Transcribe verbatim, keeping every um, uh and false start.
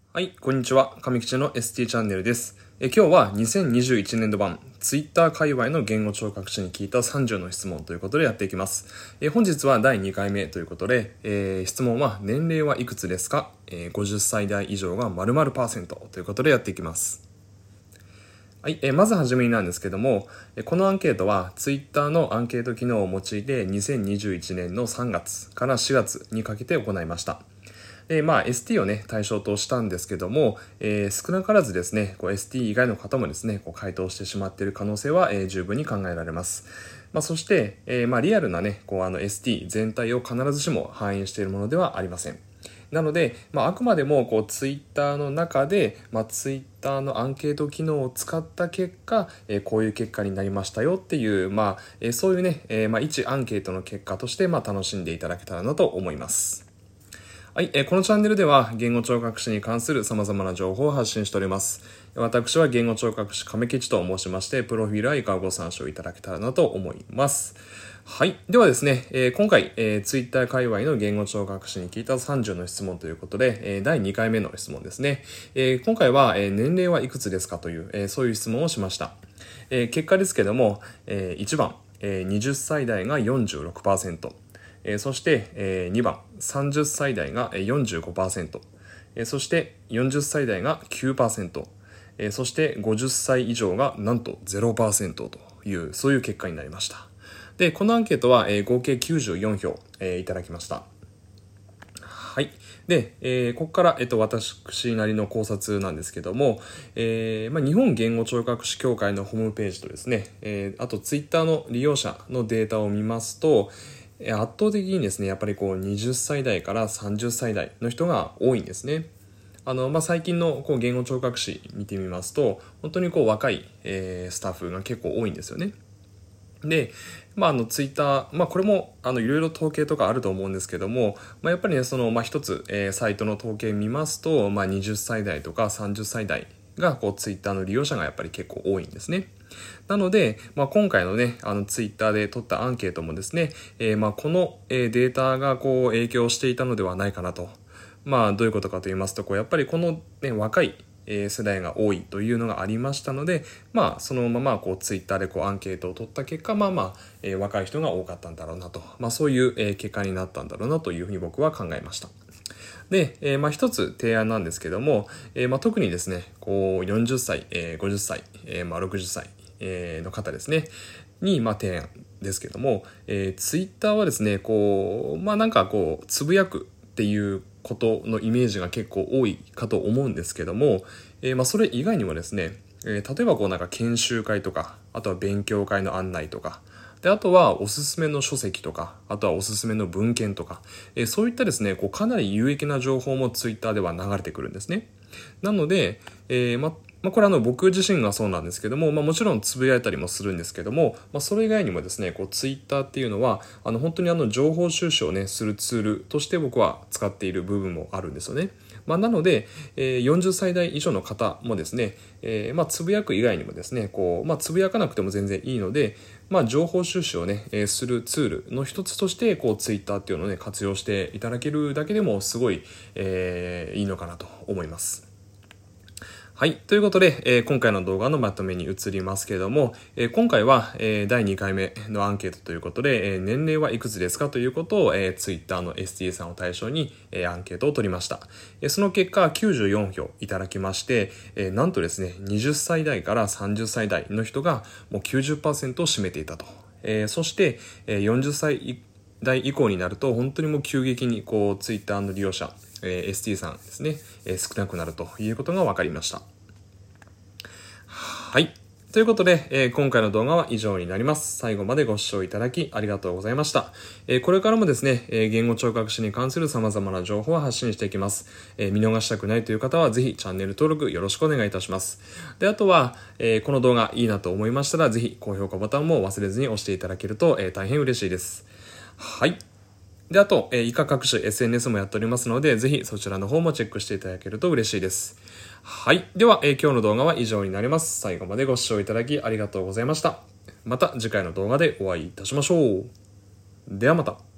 はい、こんにちは。上吉の エスティー チャンネルです。え今日はにせんにじゅういちねんど版 Twitter 界隈の言語聴覚士に聞いたさんじゅうの質問ということでやっていきます。え本日はだいにかいめということで、えー、質問は年齢はいくつですか、えー、ごじゅっさい代以上が〇〇パーセントということでやっていきます。はい、えー、まずはじめになんですけども、このアンケートは Twitter のアンケート機能を用いてにせんにじゅういちねんのさんがつからしがつにかけて行いました。えー、まあ エスティー をね対象としたんですけども、えー、少なからずですねこう エスティー 以外の方もですねこう回答してしまっている可能性は、えー、十分に考えられます。まあ、そして、えー、まあリアルなねこうあの エスティー 全体を必ずしも反映しているものではありません。なので、まあ、あくまでもこうツイッターの中で、まあ、ツイッターのアンケート機能を使った結果、えー、こういう結果になりましたよっていう、まあえー、そういうね、えーまあ、一アンケートの結果として、まあ、楽しんでいただけたらなと思います。はい、えー、このチャンネルでは言語聴覚士に関する様々な情報を発信しております。私は言語聴覚士亀吉と申しまして、プロフィールは以下をご参照いただけたらなと思います。はい。ではですね、えー、今回、えー、Twitter 界隈の言語聴覚士に聞いたさんじゅうの質問ということで、えー、だいにかいめの質問ですね。えー、今回は、えー、年齢はいくつですかという、えー、そういう質問をしました。えー、結果ですけども、えー、いちばん、えー、はたち代が よんじゅうろくパーセント、えー、そして、えー、にばんさんじゅっさい代が よんじゅうごパーセント、えー、そしてよんじゅっさい代が きゅうパーセント、えー、そしてごじゅっさい以上がなんと ゼロパーセント というそういう結果になりました。でこのアンケートは、えー、合計きゅうじゅうよんひょう、えー、いただきました。はい。で、えー、ここから、えっと、私なりの考察なんですけども、えーまあ、日本言語聴覚士協会のホームページとですね、えー、あとツイッターの利用者のデータを見ますと、圧倒的にですね、やっぱりこうにじゅっさい代からさんじゅっさい代の人が多いんですね。あの、まあ、最近のこう言語聴覚士見てみますと、本当にこう若い、えー、スタッフが結構多いんですよね。で、まあ、あのツイッター、まあ、これもあのいろいろ統計とかあると思うんですけども、まあ、やっぱりねその、まあ、一つ、えー、サイトの統計見ますと、まあ、はたち代とかさんじゅっさい代がこうツイッターの利用者がやっぱり結構多いんですね。なので、まあ、今回のねあのツイッターで取ったアンケートもですね、えー、まあこの、えー、データがこう影響していたのではないかなと。まあどういうことかと言いますと、こうやっぱりこの、ね、若い世代が多いというのがありましたので、まあそのままこうツイッターでこうアンケートを取った結果、まあまあ、えー、若い人が多かったんだろうなと、まあそういう、えー、結果になったんだろうなというふうに僕は考えました。で、えー、まあ一つ提案なんですけども、えー、まあ特にですね、こうよんじゅっさい、えー、ごじゅっさい、えー、まあろくじゅっさい、えー、の方ですね、に、まあ提案ですけども、えー、ツイッターはですね、こう、まあなんかこう、つぶやくっていうことのイメージが結構多いかと思うんですけども、えー、まあそれ以外にもですね、えー、例えばこうなんか研修会とか、あとは勉強会の案内とか、であとはおすすめの書籍とか、あとはおすすめの文献とか、えー、そういったですねこうかなり有益な情報もツイッターでは流れてくるんですね。なので、えーままあ、これはあの僕自身がそうなんですけども、まあ、もちろんつぶやいたりもするんですけども、まあ、それ以外にもですねこうツイッターっていうのはあの本当にあの情報収集をねするツールとして僕は使っている部分もあるんですよね。まあ、なので、えー、よんじゅっさい代以上の方もですね、えーまあ、つぶやく以外にもですねこう、まあ、つぶやかなくても全然いいので、まあ、情報収集をね、えー、するツールの一つとしてこうツイッターっていうのをね活用していただけるだけでもすごい、えー、いいのかなと思います。はい。ということで、えー、今回の動画のまとめに移りますけれども、えー、今回は、えー、だいにかいめのアンケートということで、えー、年齢はいくつですかということを、えー、Twitter の エスティー さんを対象に、えー、アンケートを取りました。えー、その結果、きゅうじゅうよんひょういただきまして、えー、なんとですね、はたち代からさんじゅっさい代の人がもう きゅうじゅっパーセント を占めていたと。えー、そして、えー、よんじゅっさい代以降になると、本当にもう急激にこう Twitter の利用者、えー、エスティー さんですね、えー、少なくなるということが分かりました。はい。ということで、えー、今回の動画は以上になります。最後までご視聴いただきありがとうございました。えー、これからもですね、えー、言語聴覚士に関する様々な情報を発信していきます。えー、見逃したくないという方はぜひチャンネル登録よろしくお願いいたします。で、あとは、えー、この動画いいなと思いましたら、ぜひ高評価ボタンも忘れずに押していただけると、えー、大変嬉しいです。はい。で、あと、えー、以下各種 エスエヌエス もやっておりますので、ぜひそちらの方もチェックしていただけると嬉しいです。はい。では、えー、今日の動画は以上になります。最後までご視聴いただきありがとうございました。また次回の動画でお会いいたしましょう。ではまた。